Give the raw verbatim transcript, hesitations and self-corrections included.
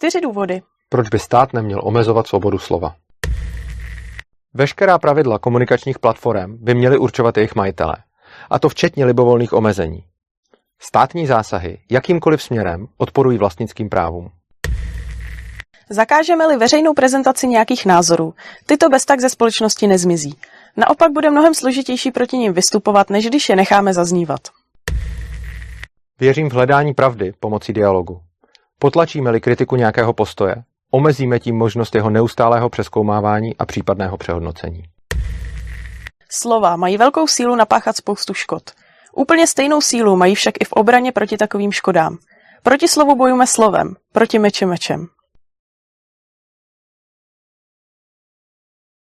Čtyři důvody. Proč by stát neměl omezovat svobodu slova? Veškerá pravidla komunikačních platform by měly určovat jejich majitelé, a to včetně libovolných omezení. Státní zásahy jakýmkoliv směrem odporují vlastnickým právům. Zakážeme-li veřejnou prezentaci nějakých názorů, tyto bez tak ze společnosti nezmizí. Naopak bude mnohem složitější proti nim vystupovat, než když je necháme zaznívat. Věřím v hledání pravdy pomocí dialogu. Potlačíme-li kritiku nějakého postoje, omezíme tím možnost jeho neustálého přezkoumávání a případného přehodnocení. Slova mají velkou sílu napáchat spoustu škod. Úplně stejnou sílu mají však i v obraně proti takovým škodám. Proti slovu bojujeme slovem, proti meči mečem.